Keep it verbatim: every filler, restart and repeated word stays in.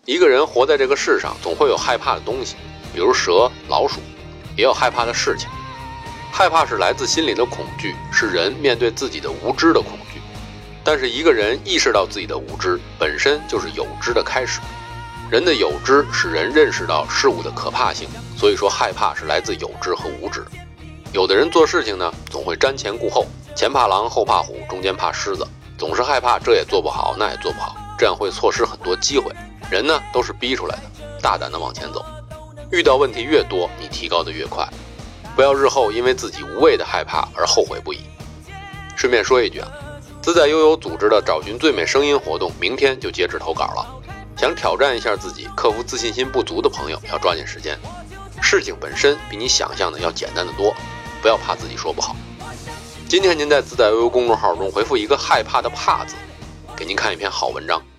一个人活在这个世上，总会有害怕的东西，比如蛇、老鼠，也有害怕的事情。害怕是来自心里的恐惧，是人面对自己的无知的恐惧。但是一个人意识到自己的无知，本身就是有知的开始。人的有知使人认识到事物的可怕性，所以说害怕是来自有知和无知。有的人做事情呢，总会瞻前顾后，前怕狼后怕虎，中间怕狮子，总是害怕这也做不好那也做不好，这样会错失很多机会。人呢都是逼出来的，大胆的往前走。遇到问题越多，你提高的越快，不要日后因为自己无谓的害怕而后悔不已。顺便说一句啊，自在悠悠组织的找寻最美声音活动明天就截止投稿了，想挑战一下自己，克服自信心不足的朋友要抓紧时间。事情本身比你想象的要简单的多，不要怕自己说不好。今天您在自在悠悠公众号中回复一个害怕的怕字，给您看一篇好文章。